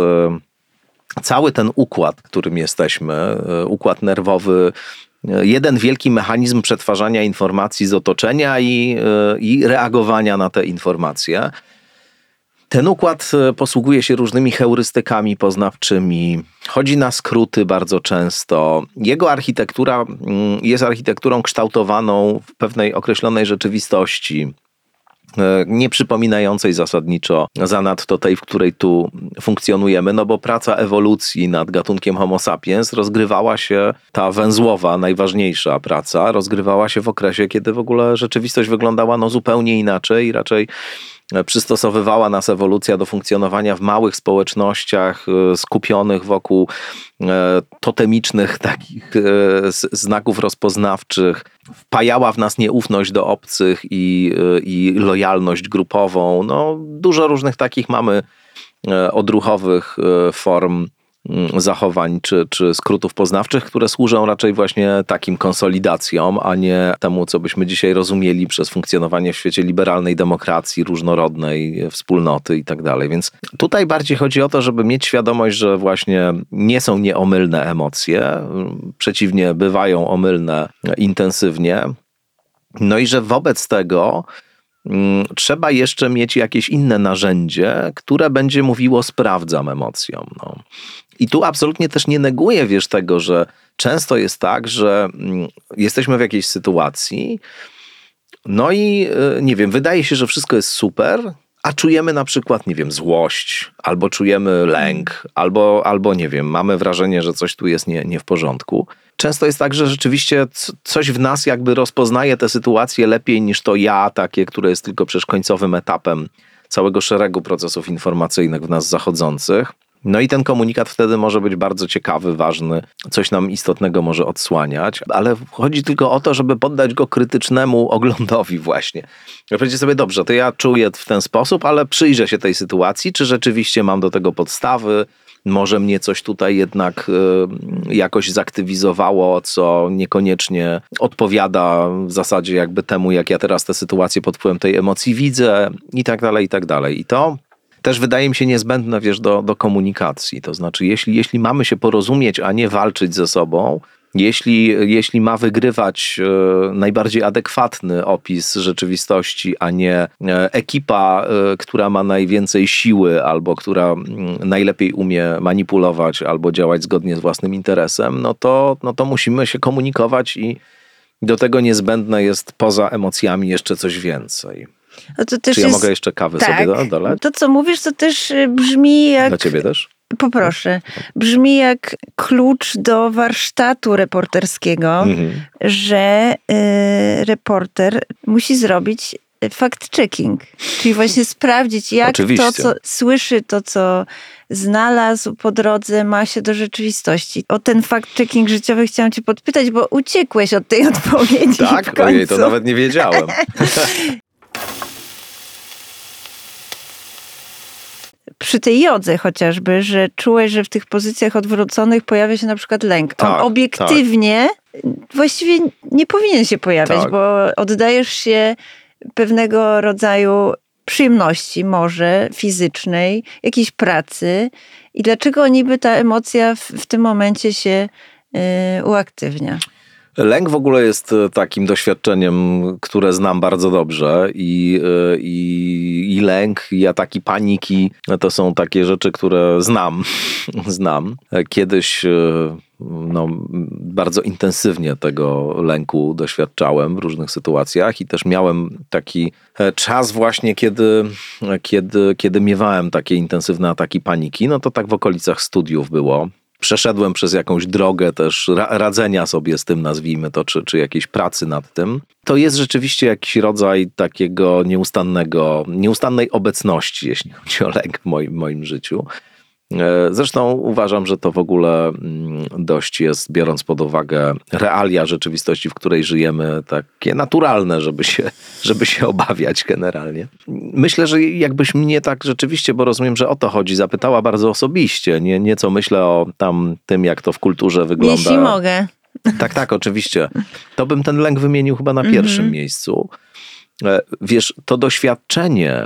y, cały ten układ, którym jesteśmy, y, układ nerwowy, jeden wielki mechanizm przetwarzania informacji z otoczenia i, i reagowania na te informacje. Ten układ posługuje się różnymi heurystykami poznawczymi, chodzi na skróty bardzo często. Jego architektura jest architekturą kształtowaną w pewnej określonej rzeczywistości, nie przypominającej zasadniczo zanadto tej, w której tu funkcjonujemy, no bo praca ewolucji nad gatunkiem Homo sapiens rozgrywała się, ta węzłowa, najważniejsza praca, rozgrywała się w okresie, kiedy w ogóle rzeczywistość wyglądała no zupełnie inaczej i raczej przystosowywała nas ewolucja do funkcjonowania w małych społecznościach skupionych wokół totemicznych takich znaków rozpoznawczych. Wpajała w nas nieufność do obcych i, i lojalność grupową. No, dużo różnych takich mamy odruchowych form zachowań czy, czy skrótów poznawczych, które służą raczej właśnie takim konsolidacjom, a nie temu, co byśmy dzisiaj rozumieli przez funkcjonowanie w świecie liberalnej demokracji, różnorodnej wspólnoty i tak dalej. Więc tutaj bardziej chodzi o to, żeby mieć świadomość, że właśnie nie są nieomylne emocje, przeciwnie, bywają omylne intensywnie. No i że wobec tego trzeba jeszcze mieć jakieś inne narzędzie, które będzie mówiło sprawdzam emocjom. No. I tu absolutnie też nie neguję, wiesz, tego, że często jest tak, że jesteśmy w jakiejś sytuacji, no i nie wiem, wydaje się, że wszystko jest super, a czujemy na przykład, nie wiem, złość, albo czujemy lęk, albo, albo nie wiem, mamy wrażenie, że coś tu jest nie, nie w porządku. Często jest tak, że rzeczywiście coś w nas jakby rozpoznaje tę sytuację lepiej niż to ja, takie, które jest tylko przecież końcowym etapem całego szeregu procesów informacyjnych w nas zachodzących. No i ten komunikat wtedy może być bardzo ciekawy, ważny, coś nam istotnego może odsłaniać, ale chodzi tylko o to, żeby poddać go krytycznemu oglądowi właśnie. Powiedzieć sobie, dobrze, to ja czuję w ten sposób, ale przyjrzę się tej sytuacji, czy rzeczywiście mam do tego podstawy, może mnie coś tutaj jednak y, jakoś zaktywizowało, co niekoniecznie odpowiada w zasadzie jakby temu, jak ja teraz tę sytuację pod wpływem tej emocji widzę i tak dalej, i tak dalej. I to też wydaje mi się niezbędne, wiesz, do, do komunikacji. To znaczy, jeśli, jeśli mamy się porozumieć, a nie walczyć ze sobą, jeśli, jeśli ma wygrywać e, najbardziej adekwatny opis rzeczywistości, a nie e, ekipa, e, która ma najwięcej siły albo która m, najlepiej umie manipulować albo działać zgodnie z własnym interesem, no to, no to musimy się komunikować i do tego niezbędne jest poza emocjami jeszcze coś więcej. No to też Czy ja jest... mogę jeszcze kawy tak, sobie do, dolać? To, co mówisz, to też brzmi jak... Dla ciebie też? Poproszę. Brzmi jak klucz do warsztatu reporterskiego, mhm. że y, reporter musi zrobić fact-checking. Czyli właśnie sprawdzić, jak Oczywiście. to, co słyszy, to, co znalazł po drodze, ma się do rzeczywistości. O ten fact-checking życiowy chciałam cię podpytać, bo uciekłeś od tej odpowiedzi. Tak? W końcu. Ojej, to nawet nie wiedziałem. Przy tej jodze chociażby, że czułeś, że w tych pozycjach odwróconych pojawia się na przykład lęk. Tak, On obiektywnie tak. właściwie nie powinien się pojawiać, tak. bo oddajesz się pewnego rodzaju przyjemności może fizycznej, jakiejś pracy i dlaczego niby ta emocja w, w tym momencie się yy, uaktywnia? Lęk w ogóle jest takim doświadczeniem, które znam bardzo dobrze i, i, i lęk i ataki paniki to są takie rzeczy, które znam. znam. Kiedyś no, bardzo intensywnie tego lęku doświadczałem w różnych sytuacjach i też miałem taki czas właśnie, kiedy, kiedy, kiedy miewałem takie intensywne ataki paniki, no to tak w okolicach studiów było. Przeszedłem przez jakąś drogę też radzenia sobie z tym, nazwijmy to, czy, czy jakiejś pracy nad tym. To jest rzeczywiście jakiś rodzaj takiego nieustannego, nieustannej obecności, jeśli chodzi o lęk w moim, moim życiu. Zresztą uważam, że to w ogóle dość jest, biorąc pod uwagę realia rzeczywistości, w której żyjemy, takie naturalne, żeby się, żeby się obawiać generalnie. Myślę, że jakbyś mnie tak rzeczywiście, bo rozumiem, że o to chodzi, zapytała bardzo osobiście, nie, nie co myślę o tam tym, jak to w kulturze wygląda. Jeśli mogę. Tak, tak, oczywiście. To bym ten lęk wymienił chyba na pierwszym mm-hmm. miejscu. Wiesz, to doświadczenie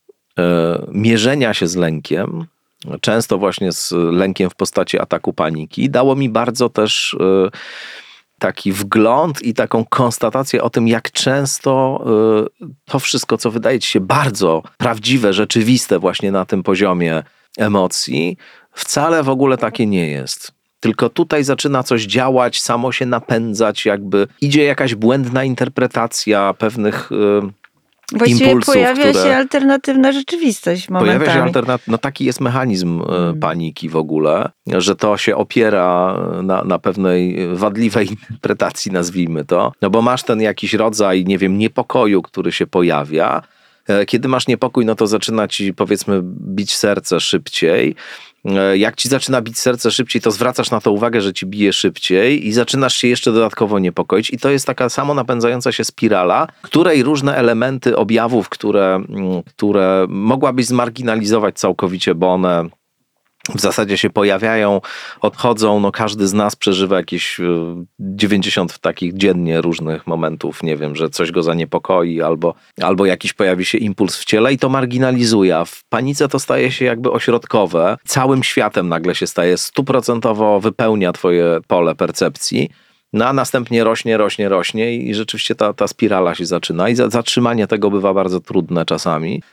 mierzenia się z lękiem, często właśnie z lękiem w postaci ataku paniki, dało mi bardzo też y, taki wgląd i taką konstatację o tym, jak często y, to wszystko, co wydaje ci się bardzo prawdziwe, rzeczywiste właśnie na tym poziomie emocji, wcale w ogóle takie nie jest. Tylko tutaj zaczyna coś działać, samo się napędzać, jakby idzie jakaś błędna interpretacja pewnych y, Właściwie impulsów, pojawia które... się alternatywna rzeczywistość momentami. Pojawia się alternat... No taki jest mechanizm hmm. paniki w ogóle, że to się opiera na, na pewnej wadliwej interpretacji, nazwijmy to. No bo masz ten jakiś rodzaj, nie wiem, niepokoju, który się pojawia. Kiedy masz niepokój, no to zaczyna ci, powiedzmy, bić serce szybciej. Jak ci zaczyna bić serce szybciej, to zwracasz na to uwagę, że ci bije szybciej i zaczynasz się jeszcze dodatkowo niepokoić. I to jest taka samo napędzająca się spirala, której różne elementy objawów, które, które mogłabyś zmarginalizować całkowicie, bo one w zasadzie się pojawiają, odchodzą, no każdy z nas przeżywa jakieś dziewięćdziesiąt takich dziennie różnych momentów, nie wiem, że coś go zaniepokoi albo, albo jakiś pojawi się impuls w ciele i to marginalizuje, a w panice to staje się jakby ośrodkowe, całym światem nagle się staje, stuprocentowo wypełnia twoje pole percepcji, no a następnie rośnie, rośnie, rośnie i rzeczywiście ta, ta spirala się zaczyna i zatrzymanie tego bywa bardzo trudne czasami.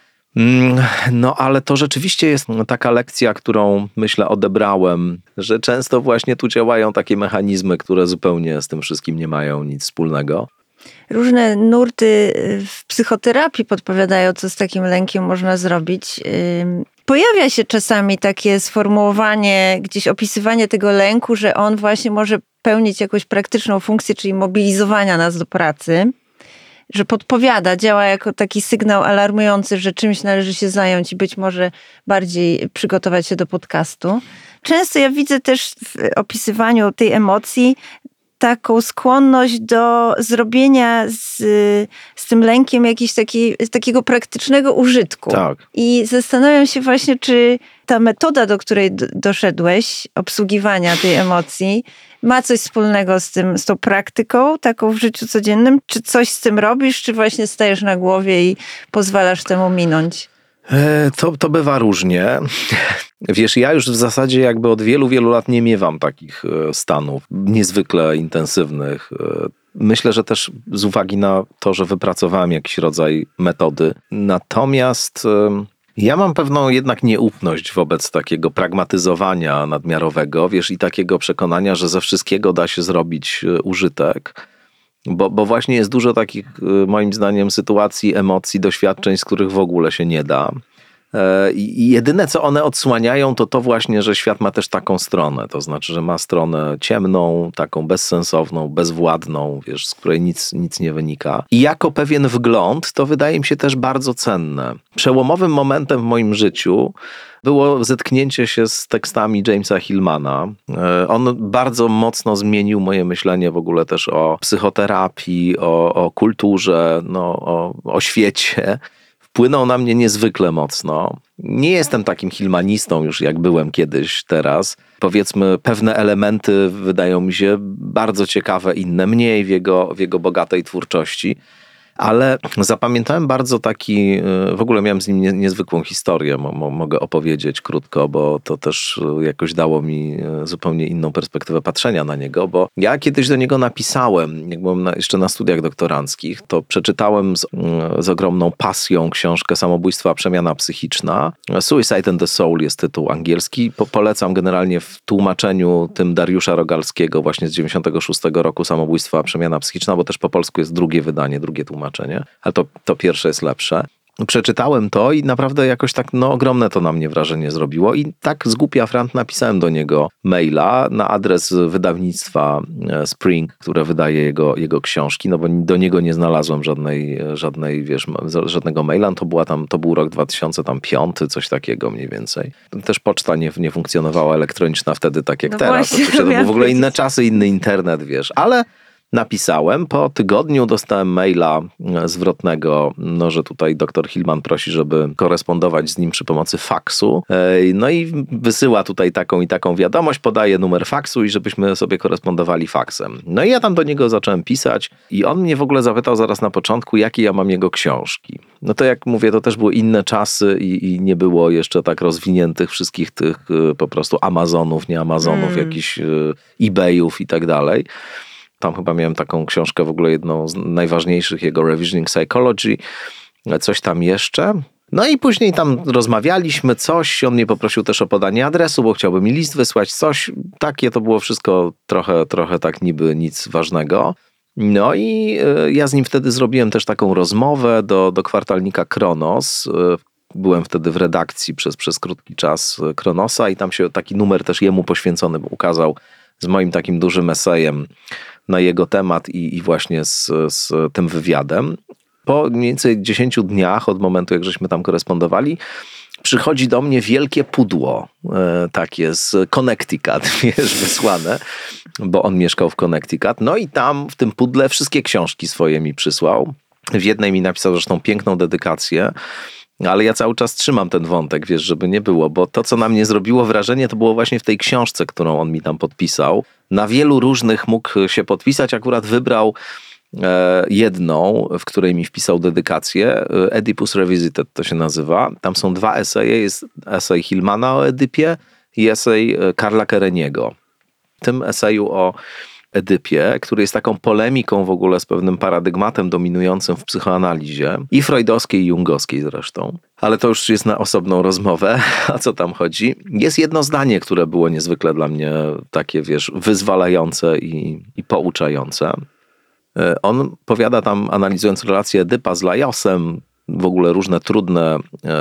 No ale to rzeczywiście jest taka lekcja, którą myślę odebrałem, że często właśnie tu działają takie mechanizmy, które zupełnie z tym wszystkim nie mają nic wspólnego. Różne nurty w psychoterapii podpowiadają, co z takim lękiem można zrobić. Pojawia się czasami takie sformułowanie, gdzieś opisywanie tego lęku, że on właśnie może pełnić jakąś praktyczną funkcję, czyli mobilizowania nas do pracy. że podpowiada, działa jako taki sygnał alarmujący, że czymś należy się zająć i być może bardziej przygotować się do podcastu. Często ja widzę też w opisywaniu tej emocji taką skłonność do zrobienia z, z tym lękiem jakiś taki, takiego praktycznego użytku. Tak. I zastanawiam się właśnie, czy ta metoda, do której d- doszedłeś, obsługiwania tej emocji, ma coś wspólnego z tym, z tą praktyką taką w życiu codziennym? Czy coś z tym robisz, czy właśnie stajesz na głowie i pozwalasz temu minąć? To, to bywa różnie. Wiesz, ja już w zasadzie jakby od wielu, wielu lat nie miewam takich stanów niezwykle intensywnych. Myślę, że też z uwagi na to, że wypracowałem jakiś rodzaj metody. Natomiast ja mam pewną jednak nieufność wobec takiego pragmatyzowania nadmiarowego, wiesz, i takiego przekonania, że ze wszystkiego da się zrobić użytek. Bo, bo właśnie jest dużo takich, moim zdaniem, sytuacji, emocji, doświadczeń, z których w ogóle się nie da. I jedyne, co one odsłaniają, to to właśnie, że świat ma też taką stronę. To znaczy, że ma stronę ciemną, taką bezsensowną, bezwładną, wiesz, z której nic, nic nie wynika. I jako pewien wgląd, to wydaje mi się też bardzo cenne. Przełomowym momentem w moim życiu było zetknięcie się z tekstami Jamesa Hillmana. On bardzo mocno zmienił moje myślenie w ogóle też o psychoterapii, o, o kulturze, no, o, o świecie. Wpłynął na mnie niezwykle mocno. Nie jestem takim hillmanistą już, jak byłem kiedyś, teraz. Powiedzmy, pewne elementy wydają mi się bardzo ciekawe, inne mniej w jego, w jego bogatej twórczości. Ale zapamiętałem bardzo taki, w ogóle miałem z nim nie, niezwykłą historię, mo, mogę opowiedzieć krótko, bo to też jakoś dało mi zupełnie inną perspektywę patrzenia na niego, bo ja kiedyś do niego napisałem, jak byłem na, jeszcze na studiach doktoranckich, to przeczytałem z, z ogromną pasją książkę Samobójstwa, przemiana psychiczna. Suicide and the Soul jest tytuł angielski. Po, polecam generalnie w tłumaczeniu tym Dariusza Rogalskiego właśnie z dziewięćdziesiątego szóstego roku Samobójstwa, przemiana psychiczna, bo też po polsku jest drugie wydanie, drugie tłumaczenie. Ale to, to pierwsze jest lepsze. Przeczytałem to i naprawdę jakoś tak no, ogromne to na mnie wrażenie zrobiło i tak z głupia frant napisałem do niego maila na adres wydawnictwa Spring, które wydaje jego, jego książki, no bo do niego nie znalazłem żadnej, żadnej wiesz, żadnego maila. To, była tam, to był rok dwa tysiące piąty, coś takiego mniej więcej. Też poczta nie, nie funkcjonowała elektroniczna wtedy tak jak no teraz. Właśnie, to, to były w ogóle inne czasy, inny internet, wiesz, ale napisałem, po tygodniu dostałem maila zwrotnego, no, że tutaj doktor Hillman prosi, żeby korespondować z nim przy pomocy faksu. No i wysyła tutaj taką i taką wiadomość, podaje numer faksu i żebyśmy sobie korespondowali faksem. No i ja tam do niego zacząłem pisać i on mnie w ogóle zapytał zaraz na początku, jakie ja mam jego książki. No to jak mówię, to też były inne czasy i, i nie było jeszcze tak rozwiniętych wszystkich tych po prostu Amazonów, nie Amazonów, mm. jakichś eBayów i tak dalej. Tam chyba miałem taką książkę, w ogóle jedną z najważniejszych, jego Revisioning Psychology, coś tam jeszcze. No i później tam rozmawialiśmy, coś, on mnie poprosił też o podanie adresu, bo chciałby mi list wysłać, coś. Takie to było wszystko trochę, trochę tak niby nic ważnego. No i ja z nim wtedy zrobiłem też taką rozmowę do, do kwartalnika Kronos. Byłem wtedy w redakcji przez, przez krótki czas Kronosa i tam się taki numer też jemu poświęcony ukazał z moim takim dużym esejem na jego temat i, i właśnie z, z tym wywiadem. Po mniej więcej dziesięciu dniach od momentu, jak żeśmy tam korespondowali, przychodzi do mnie wielkie pudło, e, takie z Connecticut, wiesz, wysłane, bo on mieszkał w Connecticut. No i tam w tym pudle wszystkie książki swoje mi przysłał. W jednej mi napisał zresztą piękną dedykację, ale ja cały czas trzymam ten wątek, wiesz, żeby nie było, bo to, co na mnie zrobiło wrażenie, to było właśnie w tej książce, którą on mi tam podpisał. Na wielu różnych mógł się podpisać, akurat wybrał e, jedną, w której mi wpisał dedykację. Oedipus Revisited to się nazywa. Tam są dwa eseje, jest esej Hillmana o Edypie i esej Karla Kereniego. W tym eseju o Edypie, który jest taką polemiką w ogóle z pewnym paradygmatem dominującym w psychoanalizie i freudowskiej i jungowskiej zresztą. Ale to już jest na osobną rozmowę, o co tam chodzi. Jest jedno zdanie, które było niezwykle dla mnie takie, wiesz, wyzwalające i, i pouczające. On powiada tam, analizując relację Edypa z Laiosem, w ogóle różne trudne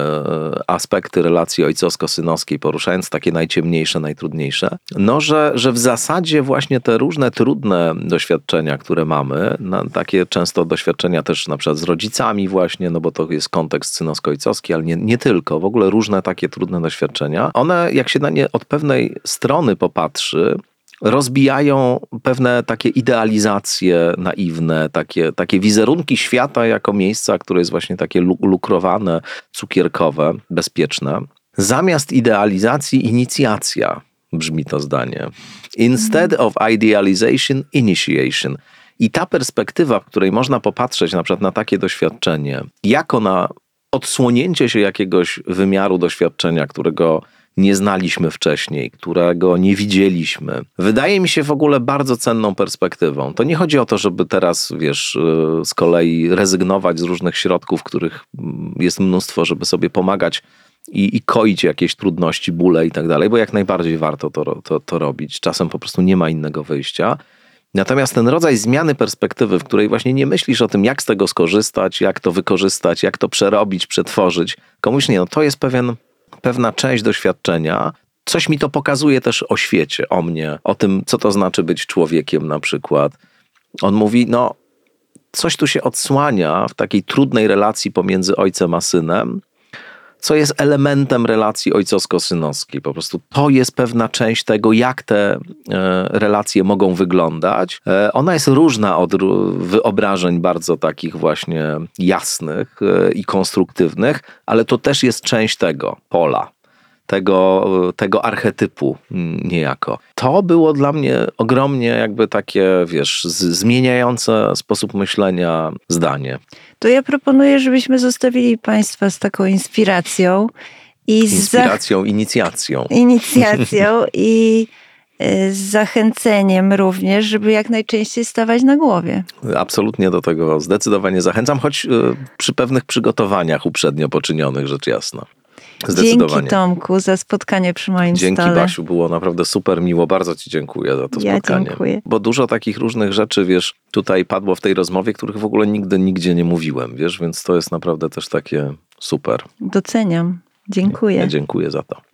e, aspekty relacji ojcowsko-synowskiej, poruszając takie najciemniejsze, najtrudniejsze, no że, że w zasadzie właśnie te różne trudne doświadczenia, które mamy, na, takie często doświadczenia też na przykład z rodzicami właśnie, no bo to jest kontekst synowsko-ojcowski, ale nie, nie tylko, w ogóle różne takie trudne doświadczenia, one jak się na nie od pewnej strony popatrzy, rozbijają pewne takie idealizacje naiwne, takie, takie wizerunki świata jako miejsca, które jest właśnie takie lukrowane, cukierkowe, bezpieczne. Zamiast idealizacji inicjacja, brzmi to zdanie. Instead of idealization, initiation. I ta perspektywa, w której można popatrzeć na przykład na takie doświadczenie, jako na odsłonięcie się jakiegoś wymiaru doświadczenia, którego nie znaliśmy wcześniej, którego nie widzieliśmy. Wydaje mi się w ogóle bardzo cenną perspektywą. To nie chodzi o to, żeby teraz, wiesz, z kolei rezygnować z różnych środków, których jest mnóstwo, żeby sobie pomagać i, i koić jakieś trudności, bóle i tak dalej, bo jak najbardziej warto to, to, to robić. Czasem po prostu nie ma innego wyjścia. Natomiast ten rodzaj zmiany perspektywy, w której właśnie nie myślisz o tym, jak z tego skorzystać, jak to wykorzystać, jak to przerobić, przetworzyć, komuś nie, no to jest pewien pewna część doświadczenia. Coś mi to pokazuje też o świecie, o mnie, o tym, co to znaczy być człowiekiem na przykład. On mówi, no coś tu się odsłania w takiej trudnej relacji pomiędzy ojcem a synem, co jest elementem relacji ojcowsko-synowskiej. Po prostu to jest pewna część tego, jak te e, relacje mogą wyglądać. E, ona jest różna od wyobrażeń bardzo takich właśnie jasnych e, i konstruktywnych, ale to też jest część tego pola, tego, tego archetypu niejako. To było dla mnie ogromnie jakby takie, wiesz, z, zmieniające sposób myślenia zdanie. To ja proponuję, żebyśmy zostawili Państwa z taką inspiracją. I Inspiracją, z inicjacją. Inicjacją i z zachęceniem również, żeby jak najczęściej stawać na głowie. Absolutnie do tego zdecydowanie zachęcam, choć przy pewnych przygotowaniach uprzednio poczynionych, rzecz jasna. Dzięki Tomku za spotkanie przy moim Dzięki stole. Dzięki Basiu, było naprawdę super miło. Bardzo Ci dziękuję za to ja spotkanie. Dziękuję. Bo dużo takich różnych rzeczy, wiesz, tutaj padło w tej rozmowie, których w ogóle nigdy, nigdzie nie mówiłem, wiesz, więc to jest naprawdę też takie super. Doceniam. Dziękuję. Ja dziękuję za to.